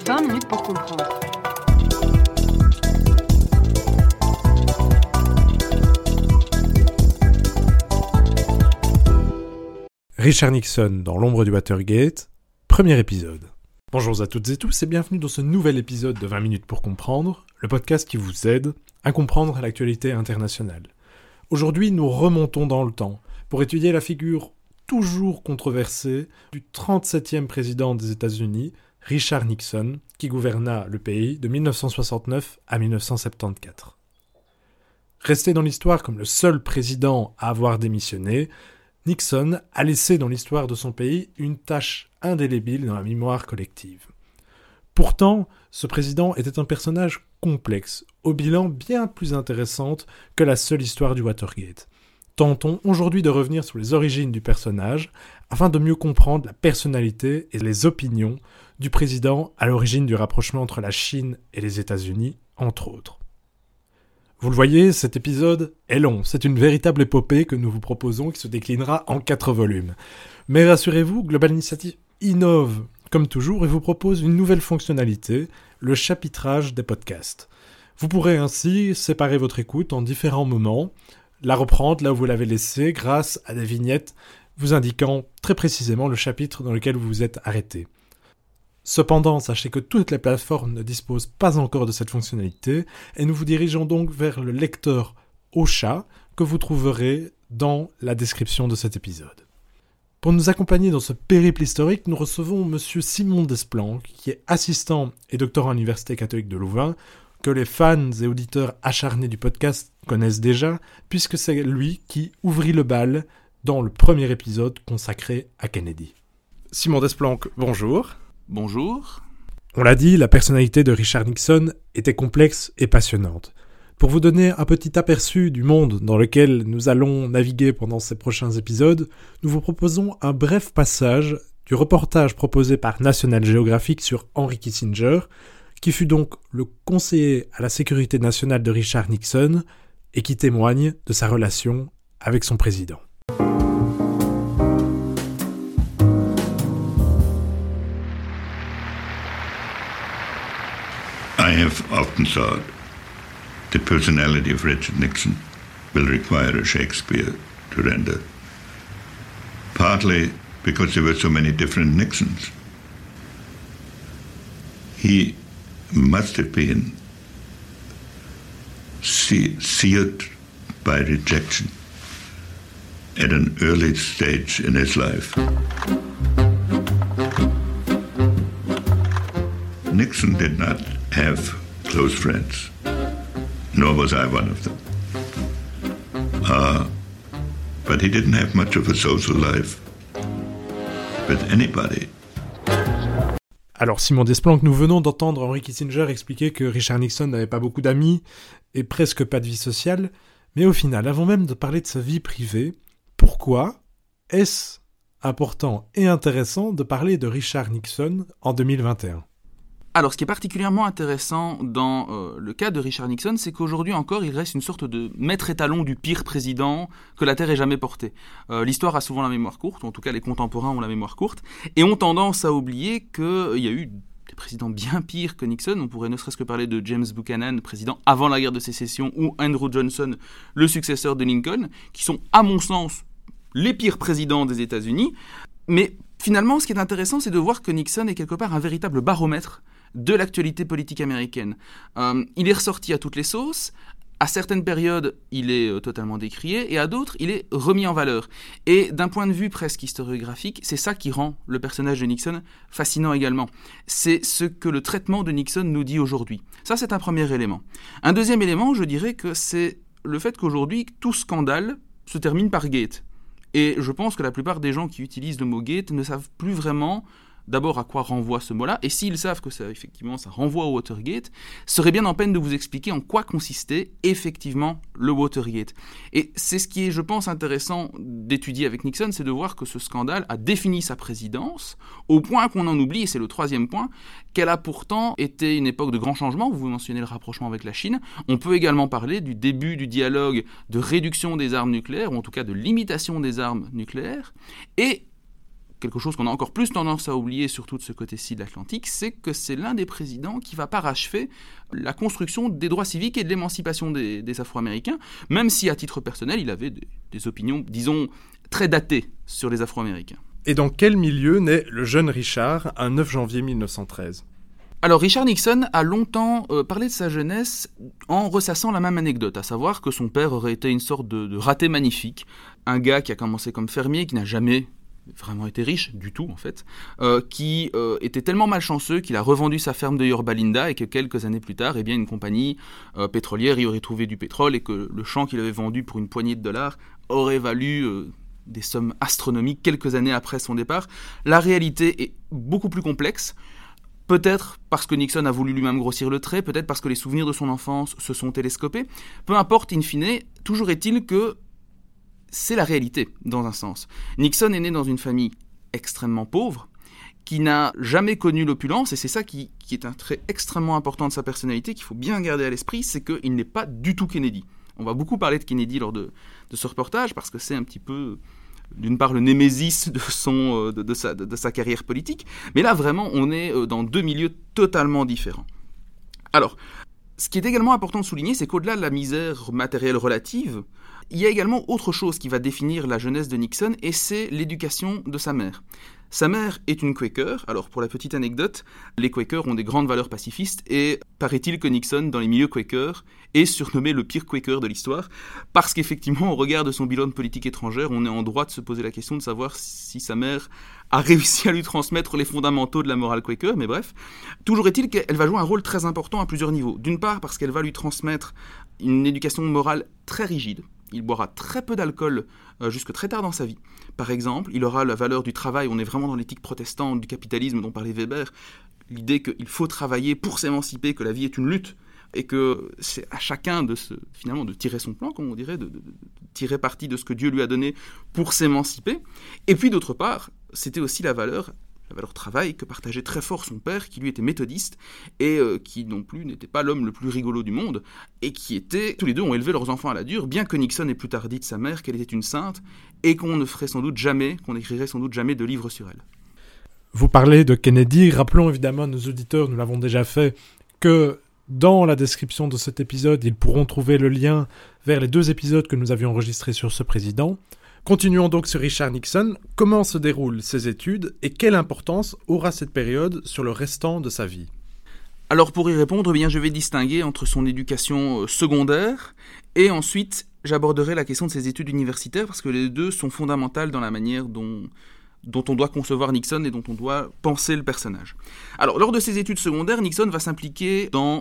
20 minutes pour comprendre. Richard Nixon dans l'ombre du Watergate, premier épisode. Bonjour à toutes et tous et bienvenue dans ce nouvel épisode de 20 minutes pour comprendre, le podcast qui vous aide à comprendre l'actualité internationale. Aujourd'hui, nous remontons dans le temps pour étudier la figure toujours controversée du 37e président des États-Unis, Richard Nixon, qui gouverna le pays de 1969 à 1974. Resté dans l'histoire comme le seul président à avoir démissionné, Nixon a laissé dans l'histoire de son pays une tache indélébile dans la mémoire collective. Pourtant, ce président était un personnage complexe, au bilan bien plus intéressant que la seule histoire du Watergate. Tentons aujourd'hui de revenir sur les origines du personnage, afin de mieux comprendre la personnalité et les opinions du président à l'origine du rapprochement entre la Chine et les États-Unis, entre autres. Vous le voyez, cet épisode est long, c'est une véritable épopée que nous vous proposons qui se déclinera en 4 volumes. Mais rassurez-vous, Global Initiative innove, comme toujours, et vous propose une nouvelle fonctionnalité, le chapitrage des podcasts. Vous pourrez ainsi séparer votre écoute en différents moments, la reprendre là où vous l'avez laissée grâce à des vignettes vous indiquant très précisément le chapitre dans lequel vous vous êtes arrêté. Cependant, sachez que toutes les plateformes ne disposent pas encore de cette fonctionnalité et nous vous dirigeons donc vers le lecteur Ocha que vous trouverez dans la description de cet épisode. Pour nous accompagner dans ce périple historique, nous recevons Monsieur Simon Desplanques, qui est assistant et doctorant à l'Université catholique de Louvain, que les fans et auditeurs acharnés du podcast connaissent déjà, puisque c'est lui qui ouvrit le bal dans le premier épisode consacré à Kennedy. Simon Desplanques, bonjour. Bonjour. On l'a dit, la personnalité de Richard Nixon était complexe et passionnante. Pour vous donner un petit aperçu du monde dans lequel nous allons naviguer pendant ces prochains épisodes, nous vous proposons un bref passage du reportage proposé par National Geographic sur Henry Kissinger, qui fut donc le conseiller à la sécurité nationale de Richard Nixon et qui témoigne de sa relation avec son président. I have often thought the personality of Richard Nixon will require a Shakespeare to render. Partly because there were so many different Nixons. He must have been seared by rejection at an early stage in his life. Nixon did not have close friends, nor was I one of them. But he didn't have much of a social life with anybody. Alors Simon Desplanques, nous venons d'entendre Henry Kissinger expliquer que Richard Nixon n'avait pas beaucoup d'amis et presque pas de vie sociale, mais au final, avant même de parler de sa vie privée, pourquoi est-ce important et intéressant de parler de Richard Nixon en 2021 ? Alors, ce qui est particulièrement intéressant dans le cas de Richard Nixon, c'est qu'aujourd'hui encore, il reste une sorte de maître étalon du pire président que la Terre ait jamais porté. L'histoire a souvent la mémoire courte, ou en tout cas les contemporains ont la mémoire courte, et ont tendance à oublier qu'il y a eu des présidents bien pires que Nixon. On pourrait ne serait-ce que parler de James Buchanan, président avant la guerre de sécession, ou Andrew Johnson, le successeur de Lincoln, qui sont, à mon sens, les pires présidents des États-Unis. Mais finalement, ce qui est intéressant, c'est de voir que Nixon est quelque part un véritable baromètre de l'actualité politique américaine. Il est ressorti à toutes les sauces. À certaines périodes, il est totalement décrié, et à d'autres, il est remis en valeur. Et d'un point de vue presque historiographique, c'est ça qui rend le personnage de Nixon fascinant également. C'est ce que le traitement de Nixon nous dit aujourd'hui. Ça, c'est un premier élément. Un deuxième élément, je dirais que c'est le fait qu'aujourd'hui, tout scandale se termine par Gate. Et je pense que la plupart des gens qui utilisent le mot Gate ne savent plus vraiment d'abord à quoi renvoie ce mot-là, et s'ils savent que ça renvoie au Watergate, seraient bien en peine de vous expliquer en quoi consistait effectivement le Watergate. Et c'est ce qui est, je pense, intéressant d'étudier avec Nixon, c'est de voir que ce scandale a défini sa présidence, au point qu'on en oublie, et c'est le troisième point, qu'elle a pourtant été une époque de grands changements. Vous mentionnez le rapprochement avec la Chine. On peut également parler du début du dialogue de réduction des armes nucléaires, ou en tout cas de limitation des armes nucléaires, et quelque chose qu'on a encore plus tendance à oublier, surtout de ce côté-ci de l'Atlantique, c'est que c'est l'un des présidents qui va parachever la construction des droits civiques et de l'émancipation des Afro-Américains, même si à titre personnel, il avait des opinions, disons, très datées sur les Afro-Américains. Et dans quel milieu naît le jeune Richard un 9 janvier 1913 ? Alors, Richard Nixon a longtemps parlé de sa jeunesse en ressassant la même anecdote, à savoir que son père aurait été une sorte de raté magnifique, un gars qui a commencé comme fermier, qui n'a jamais vraiment été riche du tout en fait, qui était tellement malchanceux qu'il a revendu sa ferme de Yorba Linda et que quelques années plus tard, eh bien, une compagnie pétrolière y aurait trouvé du pétrole et que le champ qu'il avait vendu pour une poignée de dollars aurait valu des sommes astronomiques quelques années après son départ. La réalité est beaucoup plus complexe. Peut-être parce que Nixon a voulu lui-même grossir le trait, peut-être parce que les souvenirs de son enfance se sont télescopés. Peu importe, in fine, toujours est-il que c'est la réalité, dans un sens. Nixon est né dans une famille extrêmement pauvre, qui n'a jamais connu l'opulence, et c'est ça qui est un trait extrêmement important de sa personnalité, qu'il faut bien garder à l'esprit, c'est qu'il n'est pas du tout Kennedy. On va beaucoup parler de Kennedy lors de ce reportage, parce que c'est un petit peu... d'une part le némésis de sa carrière politique, mais là vraiment on est dans deux milieux totalement différents. Alors, ce qui est également important de souligner, c'est qu'au-delà de la misère matérielle relative, il y a également autre chose qui va définir la jeunesse de Nixon, et c'est l'éducation de sa mère. Sa mère est une Quaker. Alors, pour la petite anecdote, les Quakers ont des grandes valeurs pacifistes et paraît-il que Nixon, dans les milieux Quakers, est surnommé le pire Quaker de l'histoire parce qu'effectivement, au regard de son bilan de politique étrangère, on est en droit de se poser la question de savoir si sa mère a réussi à lui transmettre les fondamentaux de la morale Quaker, mais bref. Toujours est-il qu'elle va jouer un rôle très important à plusieurs niveaux. D'une part, parce qu'elle va lui transmettre une éducation morale très rigide. Il boira très peu d'alcool jusque très tard dans sa vie. Par exemple, il aura la valeur du travail, on est vraiment dans l'éthique protestante du capitalisme dont parlait Weber, l'idée qu'il faut travailler pour s'émanciper, que la vie est une lutte, et que c'est à chacun de tirer son plan, comme on dirait, de tirer parti de ce que Dieu lui a donné pour s'émanciper. Et puis d'autre part, c'était aussi la valeur travail que partageait très fort son père, qui lui était méthodiste et qui non plus n'était pas l'homme le plus rigolo du monde, et qui était, tous les deux ont élevé leurs enfants à la dure, bien que Nixon ait plus tard dit de sa mère qu'elle était une sainte et qu'on n'écrirait sans doute jamais de livre sur elle. Vous parlez de Kennedy, rappelons évidemment à nos auditeurs, nous l'avons déjà fait, que dans la description de cet épisode, ils pourront trouver le lien vers les 2 épisodes que nous avions enregistrés sur ce président. Continuons donc sur Richard Nixon. Comment se déroulent ses études et quelle importance aura cette période sur le restant de sa vie ? Alors pour y répondre, eh bien, je vais distinguer entre son éducation secondaire et ensuite j'aborderai la question de ses études universitaires parce que les deux sont fondamentales dans la manière dont on doit concevoir Nixon et dont on doit penser le personnage. Alors lors de ses études secondaires, Nixon va s'impliquer dans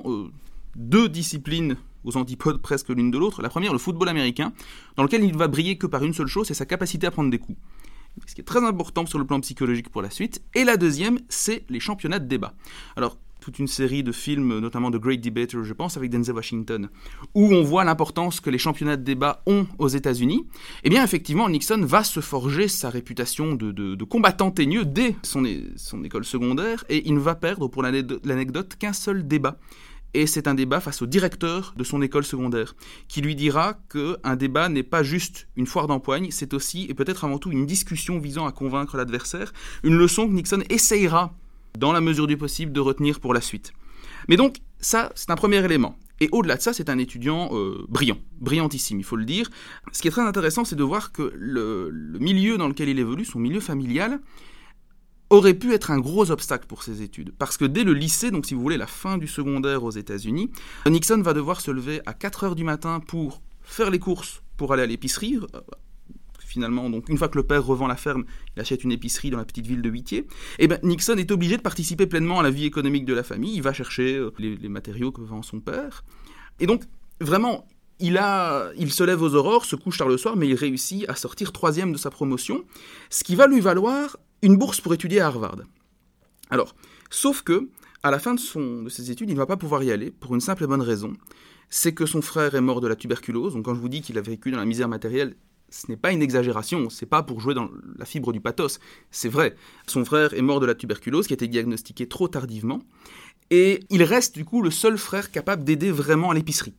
2 disciplines aux antipodes presque l'une de l'autre. La première, le football américain, dans lequel il ne va briller que par une seule chose, c'est sa capacité à prendre des coups. Ce qui est très important sur le plan psychologique pour la suite. Et la deuxième, c'est les championnats de débat. Alors, toute une série de films, notamment The Great Debater, je pense, avec Denzel Washington, où on voit l'importance que les championnats de débat ont aux États-Unis. Eh bien, effectivement, Nixon va se forger sa réputation de combattant teigneux dès son école secondaire, et il ne va perdre, pour l'anecdote, qu'un seul débat. Et c'est un débat face au directeur de son école secondaire, qui lui dira qu'un débat n'est pas juste une foire d'empoigne, c'est aussi, et peut-être avant tout, une discussion visant à convaincre l'adversaire, une leçon que Nixon essayera, dans la mesure du possible, de retenir pour la suite. Mais donc, ça, c'est un premier élément. Et au-delà de ça, c'est un étudiant brillantissime, il faut le dire. Ce qui est très intéressant, c'est de voir que le milieu dans lequel il évolue, son milieu familial, aurait pu être un gros obstacle pour ses études. Parce que dès le lycée, donc si vous voulez la fin du secondaire aux États-Unis, Nixon va devoir se lever à 4h du matin pour faire les courses, pour aller à l'épicerie. Finalement, donc une fois que le père revend la ferme, il achète une épicerie dans la petite ville de Whittier. Et bien Nixon est obligé de participer pleinement à la vie économique de la famille. Il va chercher les matériaux que vend son père. Et donc, vraiment, il se lève aux aurores, se couche tard le soir, mais il réussit à sortir 3e de sa promotion, ce qui va lui valoir une bourse pour étudier à Harvard. Alors, sauf que, à la fin de ses études, il ne va pas pouvoir y aller, pour une simple et bonne raison, c'est que son frère est mort de la tuberculose. Donc quand je vous dis qu'il a vécu dans la misère matérielle, ce n'est pas une exagération, c'est pas pour jouer dans la fibre du pathos, c'est vrai. Son frère est mort de la tuberculose, qui a été diagnostiquée trop tardivement, et il reste du coup le seul frère capable d'aider vraiment à l'épicerie.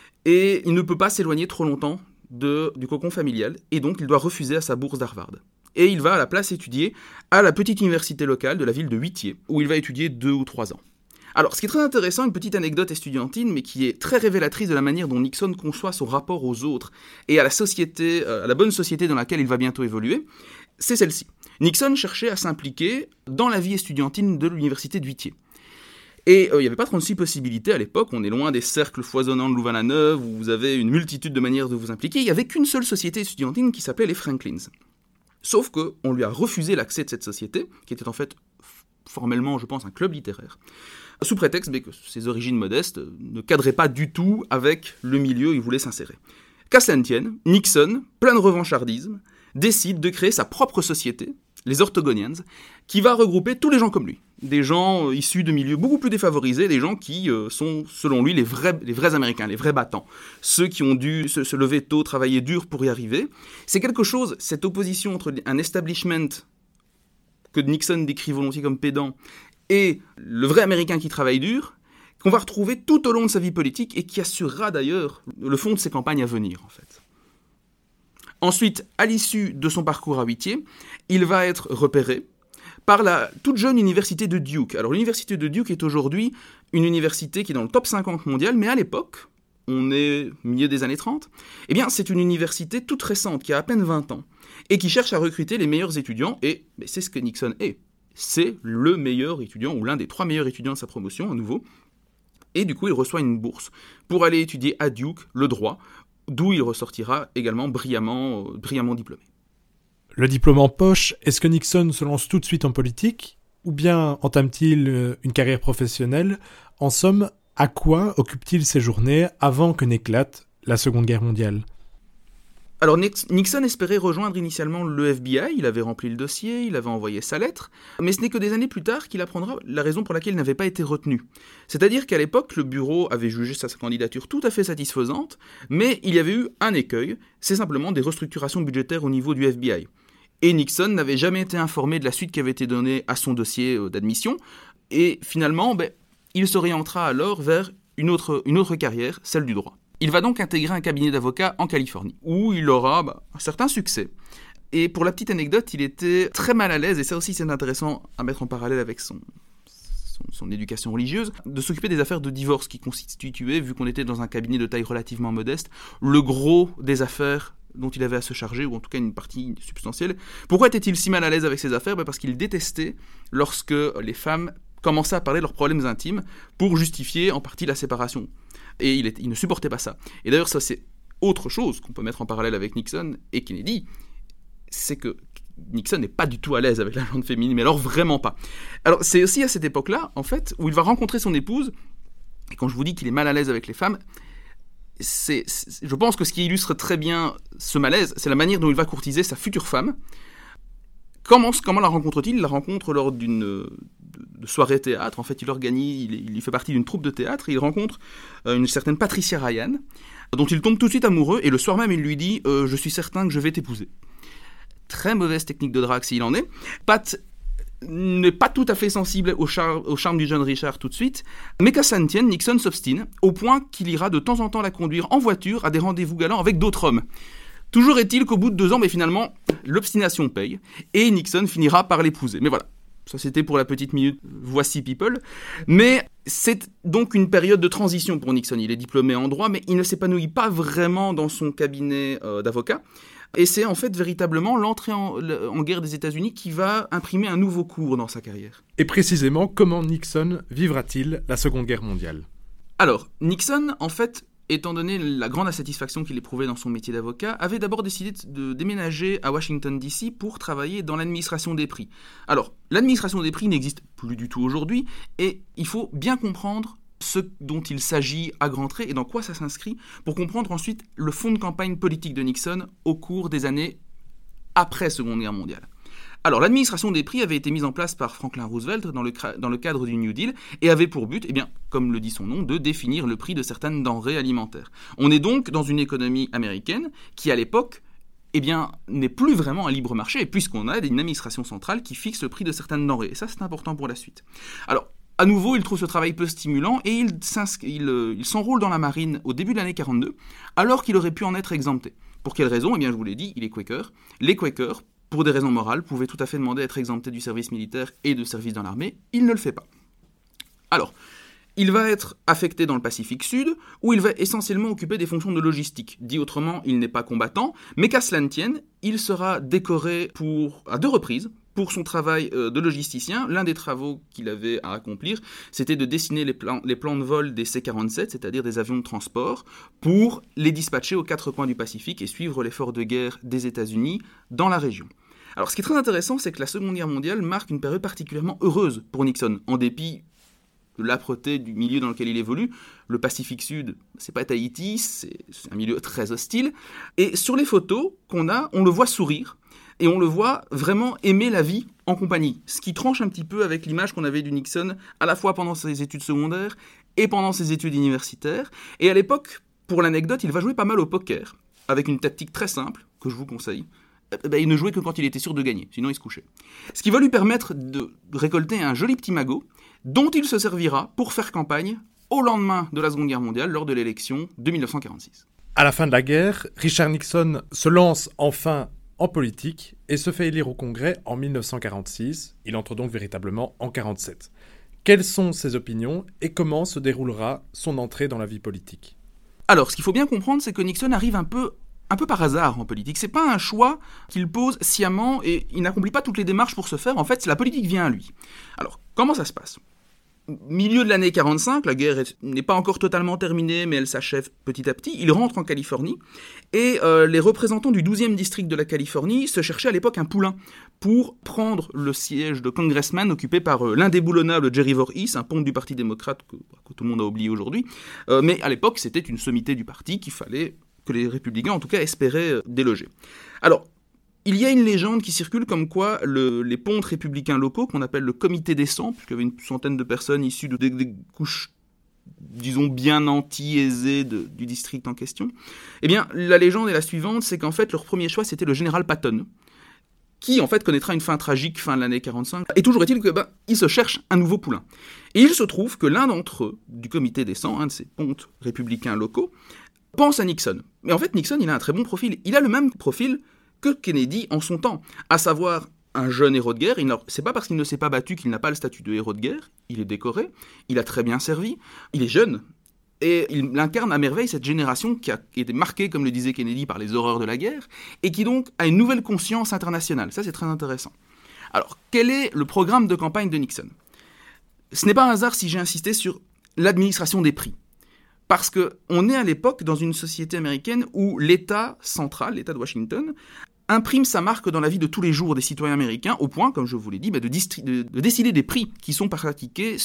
Et il ne peut pas s'éloigner trop longtemps du cocon familial, et donc il doit refuser à sa bourse d'Harvard. et il va à la place étudier à la petite université locale de la ville de Whittier, où il va étudier 2 ou 3 ans. Alors, ce qui est très intéressant, une petite anecdote estudiantine, mais qui est très révélatrice de la manière dont Nixon conçoit son rapport aux autres et à la société, à la bonne société dans laquelle il va bientôt évoluer, c'est celle-ci. Nixon cherchait à s'impliquer dans la vie estudiantine de l'université de Whittier. Et il n'y avait pas 36 possibilités à l'époque, on est loin des cercles foisonnants de Louvain-la-Neuve, où vous avez une multitude de manières de vous impliquer, il n'y avait qu'une seule société estudiantine qui s'appelait les Franklins. Sauf qu'on lui a refusé l'accès de cette société, qui était en fait formellement, je pense, un club littéraire, sous prétexte que ses origines modestes ne cadraient pas du tout avec le milieu où il voulait s'insérer. Qu'à cela ne tienne, Nixon, plein de revanchardisme, décide de créer sa propre société, les Ortogonians, qui va regrouper tous les gens comme lui. Des gens issus de milieux beaucoup plus défavorisés, des gens qui sont, selon lui, les vrais Américains, les vrais battants. Ceux qui ont dû se lever tôt, travailler dur pour y arriver. C'est quelque chose, cette opposition entre un establishment que Nixon décrit volontiers comme pédant, et le vrai Américain qui travaille dur, qu'on va retrouver tout au long de sa vie politique et qui assurera d'ailleurs le fond de ses campagnes à venir, en fait. Ensuite, à l'issue de son parcours à Whittier, il va être repéré par la toute jeune université de Duke. Alors, l'université de Duke est aujourd'hui une université qui est dans le top 50 mondial, mais à l'époque, on est au milieu des années 30, eh bien, c'est une université toute récente, qui a à peine 20 ans, et qui cherche à recruter les meilleurs étudiants, et c'est ce que Nixon est. C'est le meilleur étudiant, ou l'un des 3 meilleurs étudiants de sa promotion, à nouveau. Et du coup, il reçoit une bourse pour aller étudier à Duke le droit, d'où il ressortira également brillamment diplômé. Le diplôme en poche, est-ce que Nixon se lance tout de suite en politique, ou bien entame-t-il une carrière professionnelle? En somme, à quoi occupe-t-il ses journées avant que n'éclate la Seconde Guerre mondiale? Alors Nixon espérait rejoindre initialement le FBI, il avait rempli le dossier, il avait envoyé sa lettre, mais ce n'est que des années plus tard qu'il apprendra la raison pour laquelle il n'avait pas été retenu. C'est-à-dire qu'à l'époque, le bureau avait jugé sa candidature tout à fait satisfaisante, mais il y avait eu un écueil, c'est simplement des restructurations budgétaires au niveau du FBI. Et Nixon n'avait jamais été informé de la suite qui avait été donnée à son dossier d'admission, et finalement, il s'orientera alors vers une autre carrière, celle du droit. Il va donc intégrer un cabinet d'avocats en Californie, où il aura un certain succès. Et pour la petite anecdote, il était très mal à l'aise, et ça aussi c'est intéressant à mettre en parallèle avec son éducation religieuse, de s'occuper des affaires de divorce qui constituaient, vu qu'on était dans un cabinet de taille relativement modeste, le gros des affaires dont il avait à se charger, ou en tout cas une partie substantielle. Pourquoi était-il si mal à l'aise avec ces affaires ? Parce qu'il détestait lorsque les femmes commençaient à parler de leurs problèmes intimes pour justifier en partie la séparation. Et il ne supportait pas ça. Et d'ailleurs, ça c'est autre chose qu'on peut mettre en parallèle avec Nixon et Kennedy, c'est que Nixon n'est pas du tout à l'aise avec la jante féminine, mais alors vraiment pas. Alors c'est aussi à cette époque-là, en fait, où il va rencontrer son épouse, et quand je vous dis qu'il est mal à l'aise avec les femmes, je pense que ce qui illustre très bien ce malaise, c'est la manière dont il va courtiser sa future femme. Comment la rencontre-t-il ? Il la rencontre lors d'une soirée théâtre. En fait, il fait partie d'une troupe de théâtre. Et il rencontre une certaine Patricia Ryan, dont il tombe tout de suite amoureux. Et le soir même, il lui dit « Je suis certain que je vais t'épouser ». Très mauvaise technique de drague s'il en est. Pat n'est pas tout à fait sensible au charme du jeune Richard tout de suite. Mais qu'à ça ne tienne, Nixon s'obstine, au point qu'il ira de temps en temps la conduire en voiture à des rendez-vous galants avec d'autres hommes. Toujours est-il qu'au bout de 2 ans, mais finalement, l'obstination paye, et Nixon finira par l'épouser. Mais voilà, ça c'était pour la petite minute Voici People. Mais c'est donc une période de transition pour Nixon. Il est diplômé en droit, mais il ne s'épanouit pas vraiment dans son cabinet d'avocat. Et c'est en fait véritablement l'entrée en guerre des États-Unis qui va imprimer un nouveau cours dans sa carrière. Et précisément, comment Nixon vivra-t-il la Seconde Guerre mondiale ? Alors, Nixon, en fait, étant donné la grande insatisfaction qu'il éprouvait dans son métier d'avocat, avait d'abord décidé de déménager à Washington DC pour travailler dans l'administration des prix. Alors, l'administration des prix n'existe plus du tout aujourd'hui, et il faut bien comprendre ce dont il s'agit à grands traits et dans quoi ça s'inscrit, pour comprendre ensuite le fond de campagne politique de Nixon au cours des années après Seconde Guerre mondiale. Alors, l'administration des prix avait été mise en place par Franklin Roosevelt dans le cadre du New Deal et avait pour but, comme le dit son nom, de définir le prix de certaines denrées alimentaires. On est donc dans une économie américaine qui, à l'époque, n'est plus vraiment un libre marché, puisqu'on a une administration centrale qui fixe le prix de certaines denrées. Et ça, c'est important pour la suite. Alors, à nouveau, il trouve ce travail peu stimulant et il s'enrôle dans la marine au début de l'année 42, alors qu'il aurait pu en être exempté. Pour quelle raison ? Je vous l'ai dit, il est Quaker. Les Quakers, pour des raisons morales, pouvait tout à fait demander à être exempté du service militaire et de service dans l'armée. Il ne le fait pas. Alors, il va être affecté dans le Pacifique Sud, où il va essentiellement occuper des fonctions de logistique. Dit autrement, il n'est pas combattant, mais qu'à cela ne tienne, il sera décoré à 2 reprises pour son travail de logisticien. L'un des travaux qu'il avait à accomplir, c'était de dessiner les plans de vol des C-47, c'est-à-dire des avions de transport, pour les dispatcher aux 4 coins du Pacifique et suivre l'effort de guerre des États-Unis dans la région. Alors, ce qui est très intéressant, c'est que la Seconde Guerre mondiale marque une période particulièrement heureuse pour Nixon, en dépit de l'âpreté du milieu dans lequel il évolue. Le Pacifique Sud, c'est pas Tahiti, c'est un milieu très hostile. Et sur les photos qu'on a, on le voit sourire, et on le voit vraiment aimer la vie en compagnie. Ce qui tranche un petit peu avec l'image qu'on avait du Nixon, à la fois pendant ses études secondaires et pendant ses études universitaires. Et à l'époque, pour l'anecdote, il va jouer pas mal au poker, avec une tactique très simple, que je vous conseille. Il ne jouait que quand il était sûr de gagner, sinon il se couchait. Ce qui va lui permettre de récolter un joli petit magot, dont il se servira pour faire campagne au lendemain de la Seconde Guerre mondiale, lors de l'élection de 1946. À la fin de la guerre, Richard Nixon se lance enfin en politique et se fait élire au Congrès en 1946. Il entre donc véritablement en 1947. Quelles sont ses opinions et comment se déroulera son entrée dans la vie politique ? Alors, ce qu'il faut bien comprendre, c'est que Nixon arrive un peu par hasard en politique. C'est pas un choix qu'il pose sciemment et il n'accomplit pas toutes les démarches pour ce faire. En fait, la politique vient à lui. Alors, comment ça se passe ? Milieu de l'année 45, la guerre n'est pas encore totalement terminée, mais elle s'achève petit à petit. Il rentre en Californie et les représentants du 12e district de la Californie se cherchaient à l'époque un poulain pour prendre le siège de congressman occupé par l'indéboulonnable Jerry Voorhis, un ponte du Parti démocrate que tout le monde a oublié aujourd'hui. Mais à l'époque, c'était une sommité du parti que les républicains, en tout cas, espéraient déloger. Alors, il y a une légende qui circule comme quoi les pontes républicains locaux, qu'on appelle le comité des 100, puisqu'il y avait une centaine de personnes issues de des couches, disons, bien nanties, aisées du district en question, eh bien, la légende est la suivante, c'est qu'en fait, leur premier choix, c'était le général Patton, qui, en fait, connaîtra une fin tragique fin de l'année 45. Et toujours est-il qu'il se cherche un nouveau poulain. Et il se trouve que l'un d'entre eux, du comité des 100, un de ces pontes républicains locaux, pense à Nixon. Mais en fait, Nixon, il a un très bon profil. Il a le même profil que Kennedy en son temps, à savoir un jeune héros de guerre. C'est pas parce qu'il ne s'est pas battu qu'il n'a pas le statut de héros de guerre. Il est décoré, il a très bien servi, il est jeune, et il incarne à merveille cette génération qui a été marquée, comme le disait Kennedy, par les horreurs de la guerre, et qui donc a une nouvelle conscience internationale. Ça, c'est très intéressant. Alors, quel est le programme de campagne de Nixon ? Ce n'est pas un hasard si j'ai insisté sur l'administration des prix. Parce qu'on est à l'époque dans une société américaine où l'État central, l'État de Washington, imprime sa marque dans la vie de tous les jours des citoyens américains, au point, comme je vous l'ai dit, de décider des prix qui sont pratiqués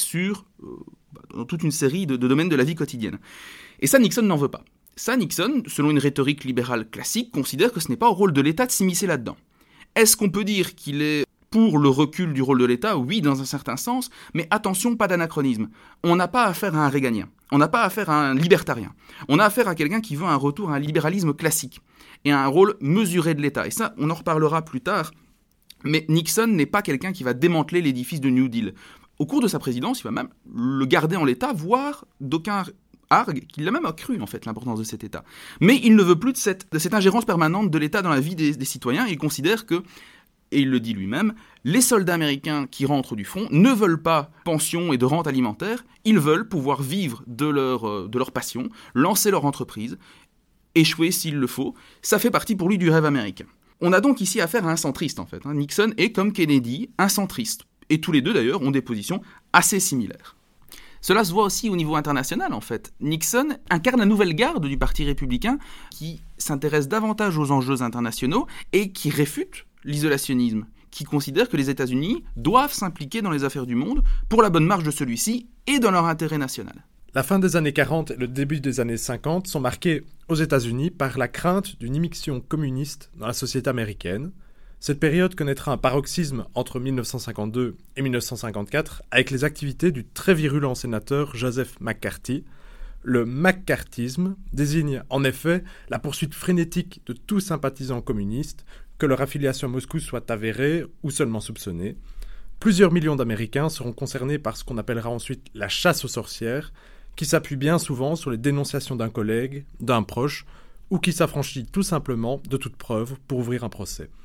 dans toute une série de domaines de la vie quotidienne. Et ça, Nixon n'en veut pas. Ça, Nixon, selon une rhétorique libérale classique, considère que ce n'est pas au rôle de l'État de s'immiscer là-dedans. Est-ce qu'on peut dire qu'il est pour le recul du rôle de l'État ? Oui, dans un certain sens, mais attention, pas d'anachronisme. On n'a pas affaire à un réganien, on n'a pas affaire à un libertarien. On a affaire à quelqu'un qui veut un retour à un libéralisme classique et à un rôle mesuré de l'État. Et ça, on en reparlera plus tard, mais Nixon n'est pas quelqu'un qui va démanteler l'édifice de New Deal. Au cours de sa présidence, il va même le garder en l'état, voire d'aucuns arguent qu'il a même accru, en fait, l'importance de cet État. Mais il ne veut plus de cette ingérence permanente de l'État dans la vie des citoyens. Il considère que, et il le dit lui-même, les soldats américains qui rentrent du front ne veulent pas pension et de rente alimentaire, ils veulent pouvoir vivre de leur passion, lancer leur entreprise, échouer s'il le faut. Ça fait partie pour lui du rêve américain. On a donc ici affaire à un centriste, en fait. Nixon est, comme Kennedy, un centriste. Et tous les deux, d'ailleurs, ont des positions assez similaires. Cela se voit aussi au niveau international, en fait. Nixon incarne la nouvelle garde du Parti républicain qui s'intéresse davantage aux enjeux internationaux et qui réfute l'isolationnisme, qui considère que les États-Unis doivent s'impliquer dans les affaires du monde pour la bonne marche de celui-ci et dans leur intérêt national. La fin des années 40 et le début des années 50 sont marqués aux États-Unis par la crainte d'une immixtion communiste dans la société américaine. Cette période connaîtra un paroxysme entre 1952 et 1954 avec les activités du très virulent sénateur Joseph McCarthy. Le McCarthyisme désigne en effet la poursuite frénétique de tout sympathisant communiste, que leur affiliation à Moscou soit avérée ou seulement soupçonnée. Plusieurs millions d'Américains seront concernés par ce qu'on appellera ensuite la chasse aux sorcières, qui s'appuie bien souvent sur les dénonciations d'un collègue, d'un proche, ou qui s'affranchit tout simplement de toute preuve pour ouvrir un procès.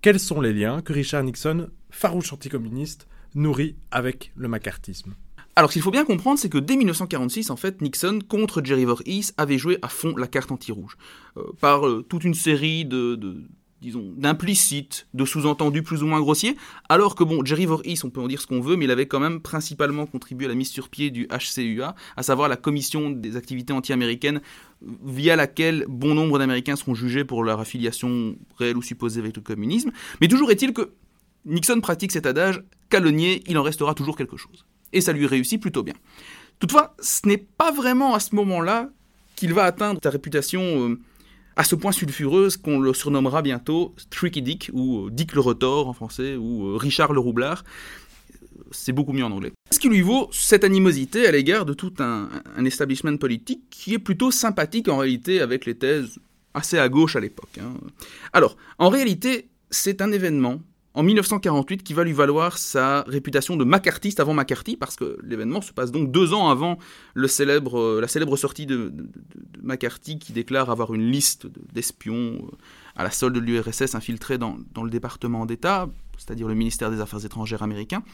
quels sont les liens que Richard Nixon, farouche anticommuniste, nourrit avec le macartisme ? Alors, ce qu'il faut bien comprendre, c'est que dès 1946, en fait, Nixon, contre Jerry Voorhees, avait joué à fond la carte anti-rouge. Par toute une série d'implicites, de sous-entendus plus ou moins grossiers, alors que Jerry Voorhees, on peut en dire ce qu'on veut, mais il avait quand même principalement contribué à la mise sur pied du HCUA, à savoir la commission des activités anti-américaines, via laquelle bon nombre d'Américains seront jugés pour leur affiliation réelle ou supposée avec le communisme. Mais toujours est-il que Nixon pratique cet adage, qu'à le nier, il en restera toujours quelque chose. Et ça lui réussit plutôt bien. Toutefois, ce n'est pas vraiment à ce moment-là qu'il va atteindre sa réputation à ce point sulfureuse qu'on le surnommera bientôt Tricky Dick, ou Dick le retors en français, ou Richard le roublard. C'est beaucoup mieux en anglais. Ce qui lui vaut cette animosité à l'égard de tout un establishment politique qui est plutôt sympathique en réalité avec les thèses assez à gauche à l'époque. Alors, en réalité, c'est un événement en 1948 qui va lui valoir sa réputation de macartiste avant McCarthy, parce que l'événement se passe donc 2 ans avant la célèbre sortie de McCarthy qui déclare avoir une liste d'espions à la solde de l'URSS infiltrés dans le département d'État, c'est-à-dire le ministère des Affaires étrangères américain.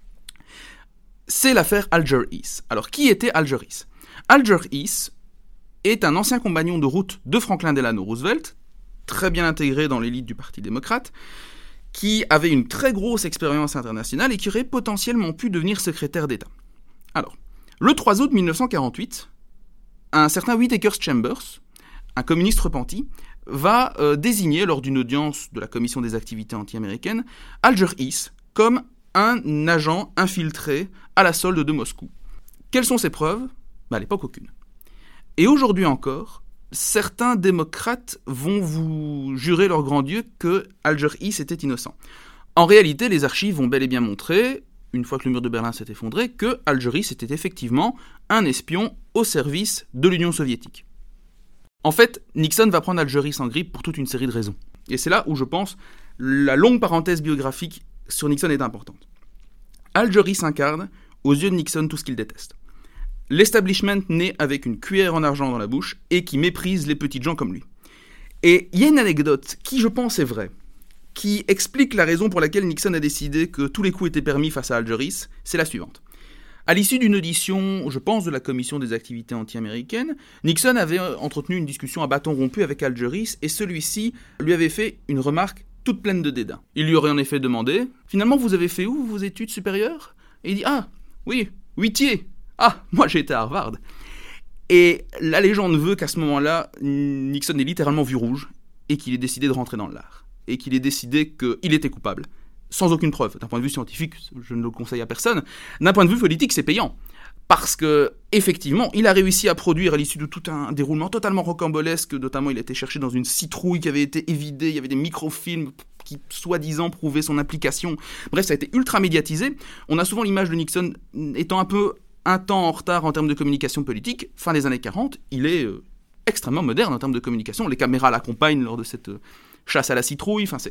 C'est l'affaire Alger Hiss. Alors, qui était Alger Hiss ? Alger Hiss est un ancien compagnon de route de Franklin Delano Roosevelt, très bien intégré dans l'élite du Parti démocrate, qui avait une très grosse expérience internationale et qui aurait potentiellement pu devenir secrétaire d'État. Alors, le 3 août 1948, un certain Whittaker Chambers, un communiste repenti, va désigner, lors d'une audience de la Commission des activités anti-américaines, Alger Hiss comme un agent infiltré à la solde de Moscou. Quelles sont ses preuves ? À l'époque, aucune. Et aujourd'hui encore, certains démocrates vont vous jurer leur grand Dieu que Alger Hiss était innocent. En réalité, les archives vont bel et bien montrer, une fois que le mur de Berlin s'est effondré, que Alger Hiss était effectivement un espion au service de l'Union soviétique. En fait, Nixon va prendre Alger Hiss en grippe pour toute une série de raisons. Et c'est là où je pense la longue parenthèse biographique sur Nixon est importante. Alger Hiss incarne, aux yeux de Nixon, tout ce qu'il déteste. L'establishment né avec une cuillère en argent dans la bouche et qui méprise les petites gens comme lui. Et il y a une anecdote qui, je pense, est vraie, qui explique la raison pour laquelle Nixon a décidé que tous les coups étaient permis face à Alger Hiss, c'est la suivante. À l'issue d'une audition, je pense, de la Commission des activités anti-américaines, Nixon avait entretenu une discussion à bâton rompu avec Alger Hiss et celui-ci lui avait fait une remarque toute pleine de dédain. Il lui aurait en effet demandé « Finalement, vous avez fait où vos études supérieures ?» Et il dit « Ah, oui, Whittier. Ah, moi j'ai été à Harvard. » Et la légende veut qu'à ce moment-là, Nixon ait littéralement vu rouge et qu'il ait décidé de rentrer dans l'art. Et qu'il ait décidé qu'il était coupable. Sans aucune preuve. D'un point de vue scientifique, je ne le conseille à personne. D'un point de vue politique, c'est payant. Parce que, effectivement, il a réussi à produire, à l'issue de tout un déroulement totalement rocambolesque, notamment il a été cherché dans une citrouille qui avait été évidée, il y avait des microfilms qui, soi-disant, prouvaient son implication. Bref, ça a été ultra médiatisé. On a souvent l'image de Nixon étant un temps en retard en termes de communication politique. Fin des années 40, il est extrêmement moderne en termes de communication. Les caméras l'accompagnent lors de cette chasse à la citrouille. Enfin,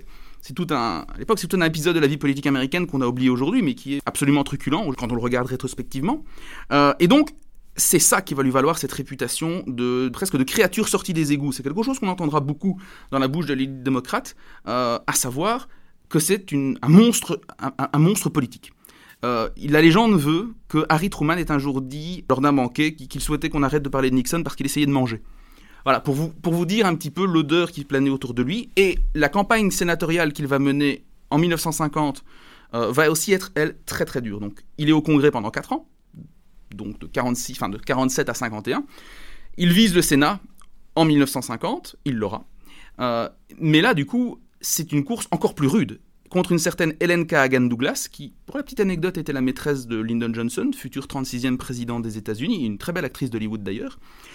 à l'époque, c'est tout un épisode de la vie politique américaine qu'on a oublié aujourd'hui, mais qui est absolument truculent quand on le regarde rétrospectivement. Et donc, c'est ça qui va lui valoir cette réputation presque de créature sortie des égouts. C'est quelque chose qu'on entendra beaucoup dans la bouche de l'élite démocrate, à savoir que c'est un monstre politique. La légende veut que Harry Truman ait un jour dit, lors d'un banquet, qu'il souhaitait qu'on arrête de parler de Nixon parce qu'il essayait de manger. Voilà, pour vous dire un petit peu l'odeur qui planait autour de lui. Et la campagne sénatoriale qu'il va mener en 1950 va aussi être, elle, très très dure. Donc, il est au Congrès pendant 4 ans, donc de 47 à 51. Il vise le Sénat en 1950, il l'aura. Mais là, du coup, c'est une course encore plus rude, contre une certaine Helen Kagan Douglas, qui, pour la petite anecdote, était la maîtresse de Lyndon Johnson, futur 36e président des États-Unis, une très belle actrice d'Hollywood d'ailleurs.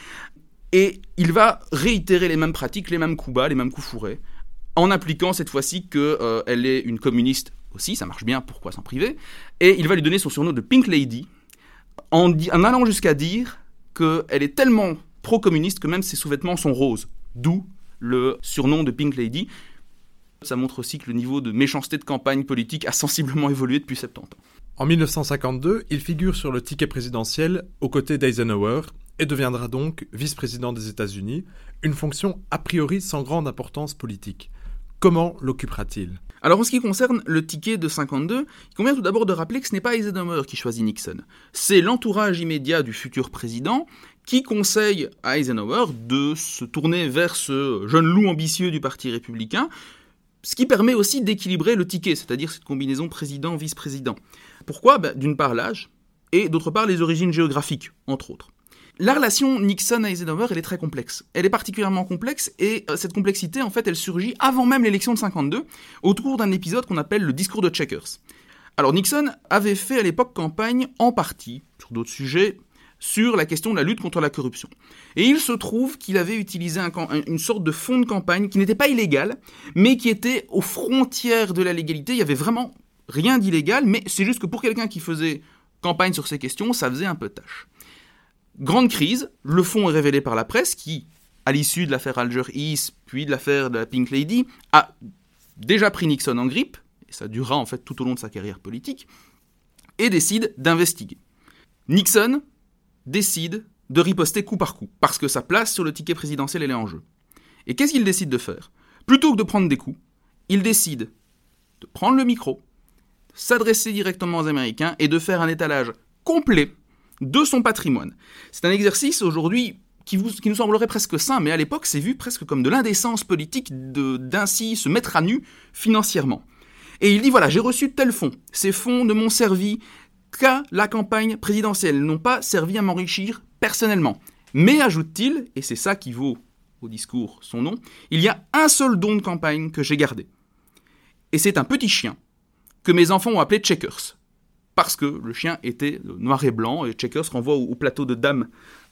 Et il va réitérer les mêmes pratiques, les mêmes coups bas, les mêmes coups fourrés, en appliquant cette fois-ci qu'elle est une communiste aussi, ça marche bien, pourquoi s'en priver, et il va lui donner son surnom de Pink Lady, en allant jusqu'à dire qu'elle est tellement pro-communiste que même ses sous-vêtements sont roses, d'où le surnom de Pink Lady. Ça montre aussi que le niveau de méchanceté de campagne politique a sensiblement évolué depuis 70 ans. En 1952, il figure sur le ticket présidentiel aux côtés d'Eisenhower et deviendra donc vice-président des États-Unis, une fonction a priori sans grande importance politique. comment l'occupera-t-il ? Alors en ce qui concerne le ticket de 52, il convient tout d'abord de rappeler que ce n'est pas Eisenhower qui choisit Nixon. C'est l'entourage immédiat du futur président qui conseille à Eisenhower de se tourner vers ce jeune loup ambitieux du Parti républicain, ce qui permet aussi d'équilibrer le ticket, c'est-à-dire cette combinaison président-vice-président. Pourquoi ? D'une part l'âge, et d'autre part les origines géographiques, entre autres. La relation Nixon-Eisenhower, elle est très complexe. Elle est particulièrement complexe, et cette complexité, en fait, elle surgit avant même l'élection de 52, autour d'un épisode qu'on appelle le discours de Chequers. Alors Nixon avait fait à l'époque campagne, en partie, sur d'autres sujets, sur la question de la lutte contre la corruption. Et il se trouve qu'il avait utilisé une sorte de fonds de campagne qui n'était pas illégal, mais qui était aux frontières de la légalité. Il y avait vraiment rien d'illégal, mais c'est juste que pour quelqu'un qui faisait campagne sur ces questions, ça faisait un peu tâche. Grande crise, le fonds est révélé par la presse qui, à l'issue de l'affaire Alger Hiss, puis de l'affaire de la Pink Lady, a déjà pris Nixon en grippe, et ça durera en fait tout au long de sa carrière politique, et décide d'investiguer. Nixon décide de riposter coup par coup, parce que sa place sur le ticket présidentiel elle est en jeu. Et qu'est-ce qu'il décide de faire ? Plutôt que de prendre des coups, il décide de prendre le micro, de s'adresser directement aux Américains et de faire un étalage complet de son patrimoine. C'est un exercice aujourd'hui qui nous semblerait presque sain, mais à l'époque c'est vu presque comme de l'indécence politique d'ainsi se mettre à nu financièrement. Et il dit voilà, j'ai reçu tel fonds, ces fonds ne m'ont servi qu'à la campagne présidentielle, n'ont pas servi à m'enrichir personnellement. Mais ajoute-t-il, et c'est ça qui vaut au discours son nom, il y a un seul don de campagne que j'ai gardé. Et c'est un petit chien que mes enfants ont appelé Checkers. Parce que le chien était noir et blanc, et Checkers renvoie au plateau de dames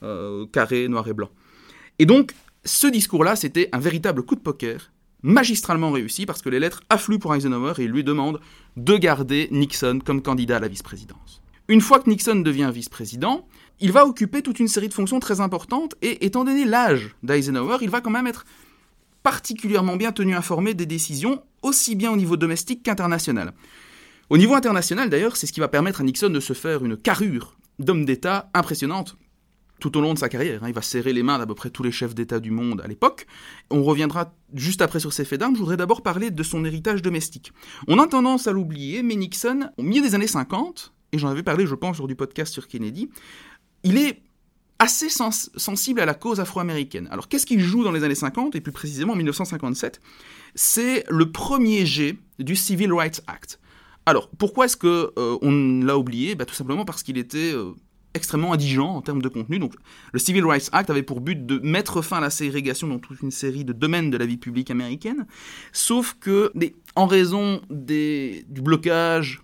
carré noir et blanc. Et donc, ce discours-là, c'était un véritable coup de poker, magistralement réussi, parce que les lettres affluent pour Eisenhower et il lui demande de garder Nixon comme candidat à la vice-présidence. Une fois que Nixon devient vice-président, il va occuper toute une série de fonctions très importantes, et étant donné l'âge d'Eisenhower, il va quand même être particulièrement bien tenu informé des décisions, aussi bien au niveau domestique qu'international. Au niveau international, d'ailleurs, c'est ce qui va permettre à Nixon de se faire une carrure d'homme d'État impressionnante tout au long de sa carrière. Il va serrer les mains d'à peu près tous les chefs d'État du monde à l'époque. On reviendra juste après sur ses faits d'armes. Je voudrais d'abord parler de son héritage domestique. On a tendance à l'oublier, mais Nixon, au milieu des années 50, et j'en avais parlé, je pense, lors du podcast sur Kennedy, il est assez sensible à la cause afro-américaine. Alors, qu'est-ce qu'il joue dans les années 50, et plus précisément en 1957 ? C'est le premier jet du Civil Rights Act. Alors, pourquoi est-ce qu'on l'a oublié ? Tout simplement parce qu'il était extrêmement indigent en termes de contenu. Donc, le Civil Rights Act avait pour but de mettre fin à la ségrégation dans toute une série de domaines de la vie publique américaine, sauf que, en raison du blocage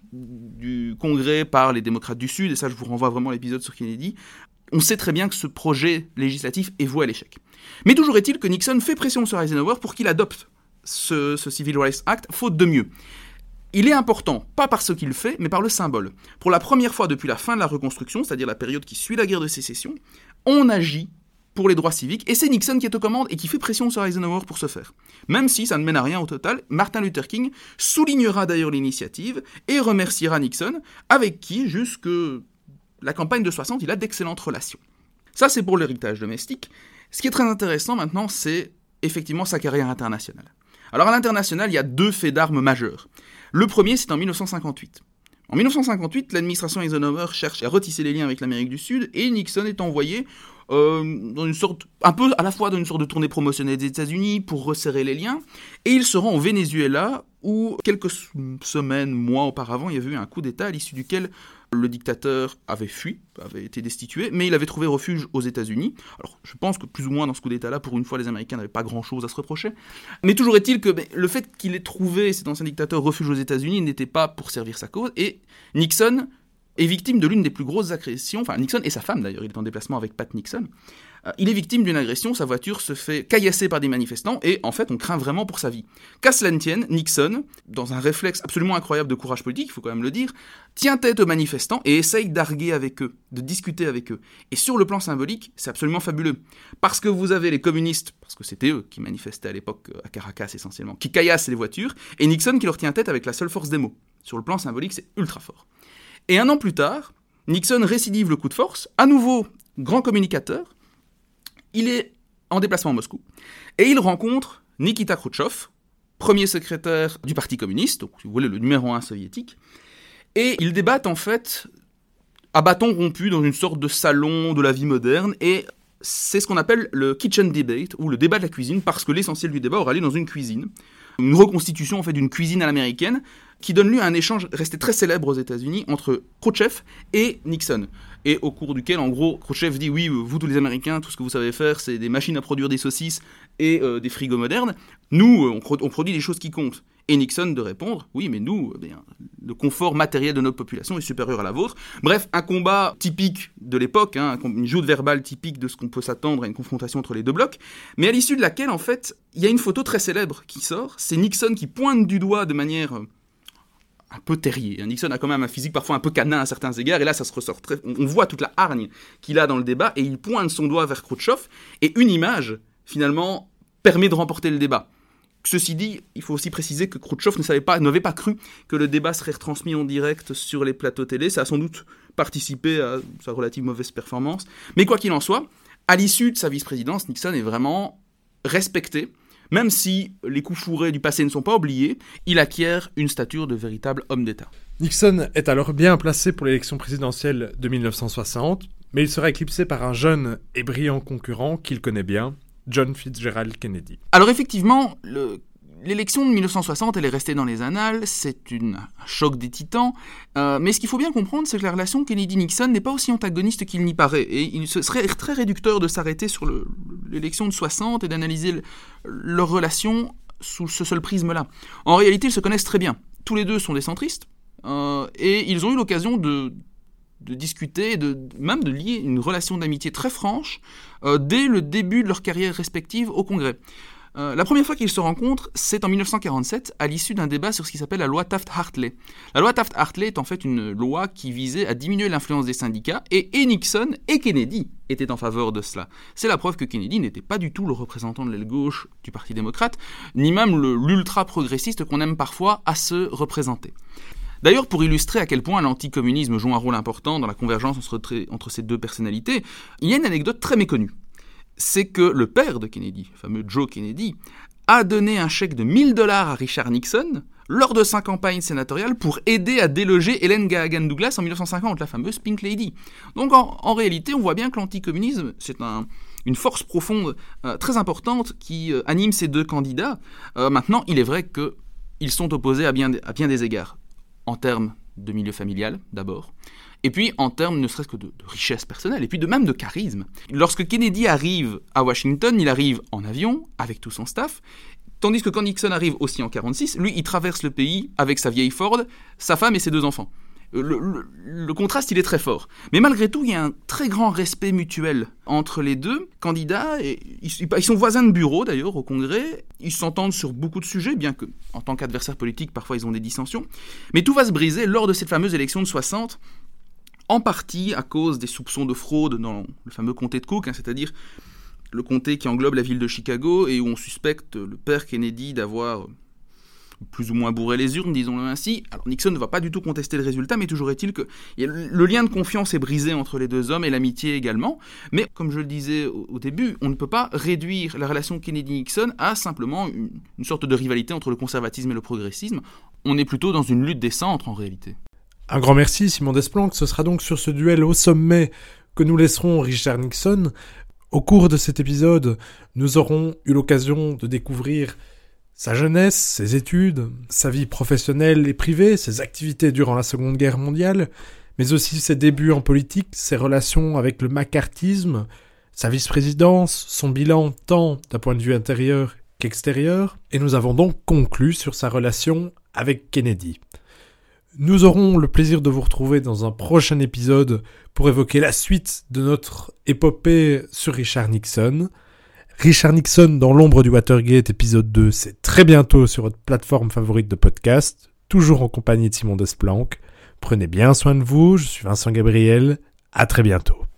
du Congrès par les démocrates du Sud, et ça je vous renvoie vraiment à l'épisode sur Kennedy, on sait très bien que ce projet législatif est voué à l'échec. Mais toujours est-il que Nixon fait pression sur Eisenhower pour qu'il adopte ce Civil Rights Act, faute de mieux. Il est important, pas par ce qu'il fait, mais par le symbole. Pour la première fois depuis la fin de la reconstruction, c'est-à-dire la période qui suit la guerre de sécession, on agit pour les droits civiques, et c'est Nixon qui est aux commandes et qui fait pression sur Eisenhower pour ce faire. Même si ça ne mène à rien au total, Martin Luther King soulignera d'ailleurs l'initiative et remerciera Nixon, avec qui, jusque la campagne de 60, il a d'excellentes relations. Ça, c'est pour l'héritage domestique. Ce qui est très intéressant maintenant, c'est effectivement sa carrière internationale. Alors à l'international, il y a deux faits d'armes majeurs. Le premier, c'est en 1958. En 1958, l'administration Eisenhower cherche à retisser les liens avec l'Amérique du Sud et Nixon est envoyé dans une sorte, un peu à la fois dans une sorte de tournée promotionnelle des États-Unis pour resserrer les liens, et il se rend au Venezuela où quelques semaines, mois auparavant, il y avait eu un coup d'État à l'issue duquel le dictateur avait fui, avait été destitué, mais il avait trouvé refuge aux États-Unis. Alors, je pense que plus ou moins dans ce coup d'État-là, pour une fois, les Américains n'avaient pas grand-chose à se reprocher. Mais toujours est-il que le fait qu'il ait trouvé cet ancien dictateur refuge aux États-Unis n'était pas pour servir sa cause, et Nixon est victime de l'une des plus grosses agressions, enfin Nixon et sa femme d'ailleurs, il est en déplacement avec Pat Nixon, il est victime d'une agression, sa voiture se fait caillasser par des manifestants et en fait on craint vraiment pour sa vie. Qu'à cela ne tienne, Nixon, dans un réflexe absolument incroyable de courage politique, il faut quand même le dire, tient tête aux manifestants et essaye d'arguer avec eux, de discuter avec eux. Et sur le plan symbolique, c'est absolument fabuleux. Parce que vous avez les communistes, parce que c'était eux qui manifestaient à l'époque à Caracas essentiellement, qui caillassent les voitures, et Nixon qui leur tient tête avec la seule force des mots. Sur le plan symbolique, c'est ultra fort. Et un an plus tard, Nixon récidive le coup de force, à nouveau grand communicateur, il est en déplacement à Moscou, et il rencontre Nikita Khrouchtchev, premier secrétaire du Parti communiste, donc si vous voulez le numéro 1 soviétique, et ils débattent en fait à bâton rompu dans une sorte de salon de la vie moderne, et c'est ce qu'on appelle le kitchen debate, ou le débat de la cuisine, parce que l'essentiel du débat aura lieu dans une cuisine. Une reconstitution en fait d'une cuisine à l'américaine, qui donne lieu à un échange resté très célèbre aux États-Unis entre Khrouchtchev et Nixon. Et au cours duquel, en gros, Khrouchtchev dit « Oui, vous tous les Américains, tout ce que vous savez faire, c'est des machines à produire des saucisses et des frigos modernes. Nous, on produit des choses qui comptent. » Et Nixon de répondre « Oui, mais nous, le confort matériel de notre population est supérieur à la vôtre. » Bref, un combat typique de l'époque, une joute verbale typique de ce qu'on peut s'attendre à une confrontation entre les deux blocs, mais à l'issue de laquelle, en fait, il y a une photo très célèbre qui sort. C'est Nixon qui pointe du doigt de manière un peu terrier. Nixon a quand même un physique parfois un peu canin à certains égards, et là ça se ressort on voit toute la hargne qu'il a dans le débat, et il pointe son doigt vers Khrouchtchev, et une image, finalement, permet de remporter le débat. Ceci dit, il faut aussi préciser que Khrouchtchev n'avait pas cru que le débat serait retransmis en direct sur les plateaux télé. Ça a sans doute participé à sa relative mauvaise performance. Mais quoi qu'il en soit, à l'issue de sa vice-présidence, Nixon est vraiment respecté. Même si les coups fourrés du passé ne sont pas oubliés, il acquiert une stature de véritable homme d'État. Nixon est alors bien placé pour l'élection présidentielle de 1960, mais il sera éclipsé par un jeune et brillant concurrent qu'il connaît bien, John Fitzgerald Kennedy. Alors effectivement, l'élection de 1960, elle est restée dans les annales, c'est un choc des titans, mais ce qu'il faut bien comprendre, c'est que la relation Kennedy-Nixon n'est pas aussi antagoniste qu'il n'y paraît, et il serait très réducteur de s'arrêter sur l'élection de 60 et d'analyser leur relation sous ce seul prisme-là. En réalité, ils se connaissent très bien. Tous les deux sont des centristes, et ils ont eu l'occasion de discuter, même de lier une relation d'amitié très franche dès le début de leur carrière respective au Congrès. La première fois qu'ils se rencontrent, c'est en 1947, à l'issue d'un débat sur ce qui s'appelle la loi Taft-Hartley. La loi Taft-Hartley est en fait une loi qui visait à diminuer l'influence des syndicats, et Nixon et Kennedy étaient en faveur de cela. C'est la preuve que Kennedy n'était pas du tout le représentant de l'aile gauche du Parti démocrate, ni même l'ultra-progressiste qu'on aime parfois à se représenter. D'ailleurs, pour illustrer à quel point l'anticommunisme joue un rôle important dans la convergence entre ces deux personnalités, il y a une anecdote très méconnue. C'est que le père de Kennedy, le fameux Joe Kennedy, a donné un chèque de $1000 à Richard Nixon lors de sa campagne sénatoriale pour aider à déloger Helen Gahagan Douglas en 1950, la fameuse Pink Lady. Donc en réalité, on voit bien que l'anticommunisme, c'est une force profonde très importante qui anime ces deux candidats. Maintenant, il est vrai qu'ils sont opposés à bien des égards. En termes de milieu familial, d'abord, et puis en termes ne serait-ce que de richesse personnelle, et puis même de charisme. Lorsque Kennedy arrive à Washington, il arrive en avion, avec tout son staff, tandis que quand Nixon arrive aussi en 1946, lui, il traverse le pays avec sa vieille Ford, sa femme et ses 2 enfants. Le contraste, il est très fort. Mais malgré tout, il y a un très grand respect mutuel entre les deux candidats. Et ils sont voisins de bureau, d'ailleurs, au Congrès. Ils s'entendent sur beaucoup de sujets, bien que, en tant qu'adversaires politiques, parfois ils ont des dissensions. Mais tout va se briser lors de cette fameuse élection de 60, en partie à cause des soupçons de fraude dans le fameux comté de Cook, c'est-à-dire le comté qui englobe la ville de Chicago, et où on suspecte le père Kennedy d'avoir plus ou moins bourré les urnes, disons-le ainsi. Alors Nixon ne va pas du tout contester le résultat, mais toujours est-il que le lien de confiance est brisé entre les deux hommes, et l'amitié également. Mais comme je le disais au début, on ne peut pas réduire la relation Kennedy-Nixon à simplement une sorte de rivalité entre le conservatisme et le progressisme. On est plutôt dans une lutte des centres en réalité. Un grand merci Simon Desplanques, ce sera donc sur ce duel au sommet que nous laisserons Richard Nixon. Au cours de cet épisode, nous aurons eu l'occasion de découvrir sa jeunesse, ses études, sa vie professionnelle et privée, ses activités durant la Seconde Guerre mondiale, mais aussi ses débuts en politique, ses relations avec le macartisme, sa vice-présidence, son bilan tant d'un point de vue intérieur qu'extérieur, et nous avons donc conclu sur sa relation avec Kennedy. Nous aurons le plaisir de vous retrouver dans un prochain épisode pour évoquer la suite de notre épopée sur Richard Nixon. Richard Nixon dans l'ombre du Watergate, épisode 2, c'est très bientôt sur votre plateforme favorite de podcast, toujours en compagnie de Simon Desplanques. Prenez bien soin de vous, je suis Vincent Gabriel, à très bientôt.